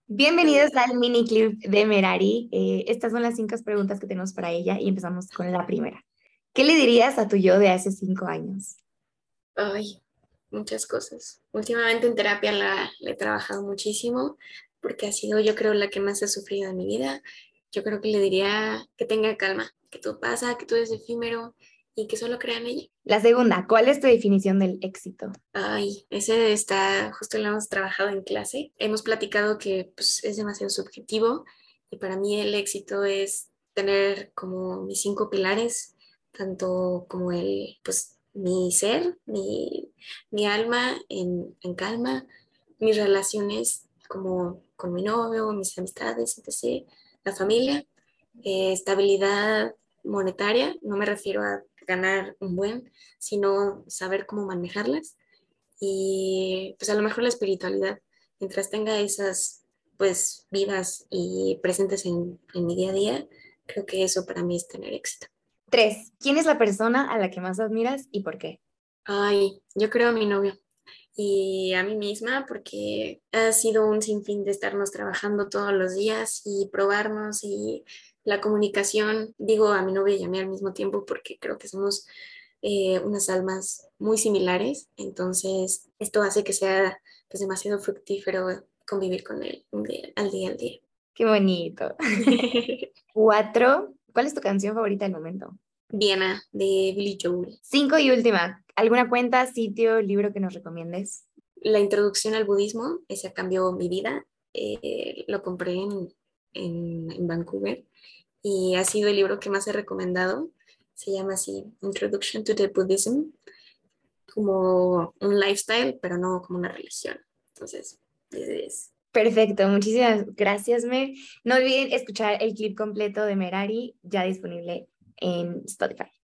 Bienvenidos al mini clip de Merari. Estas son las 5 preguntas que tenemos para ella y empezamos con la primera. ¿Qué le dirías a tu yo de hace 5 años? Ay, muchas cosas. Últimamente en terapia la he trabajado muchísimo porque ha sido, yo creo, la que más he sufrido en mi vida. Yo creo que le diría que tenga calma, que todo pasa, que todo es efímero y que solo crea en ella. La segunda, ¿cuál es tu definición del éxito? Ay, ese está, justo lo hemos trabajado en clase. Hemos platicado que pues, es demasiado subjetivo y para mí el éxito es tener como mis 5 pilares, tanto como pues, mi ser, mi alma en calma, mis relaciones como con mi novio, mis amistades, etc., la familia, estabilidad monetaria, no me refiero a ganar un buen, sino saber cómo manejarlas y pues a lo mejor la espiritualidad, mientras tenga esas pues vivas y presentes en mi día a día, creo que eso para mí es tener éxito. Tres, ¿quién es la persona a la que más admiras y por qué? Ay, yo creo a mi novio y a mí misma porque ha sido un sinfín de estarnos trabajando todos los días y probarnos y la comunicación, digo a mi novio y a mí al mismo tiempo porque creo que somos unas almas muy similares, entonces esto hace que sea pues demasiado fructífero convivir con él al día al día. Qué bonito. Cuatro, ¿cuál es tu canción favorita del momento? Viena de Billy Joel. Cinco y última, ¿alguna cuenta, sitio, libro que nos recomiendes? La introducción al budismo, esa cambió mi vida. Lo compré en Vancouver y ha sido el libro que más he recomendado. Se llama así, Introduction to the Buddhism, como un lifestyle, pero no como una religión. Entonces, es Perfecto, muchísimas gracias, Mer. No olviden escuchar el clip completo de Merari, ya disponible en Spotify.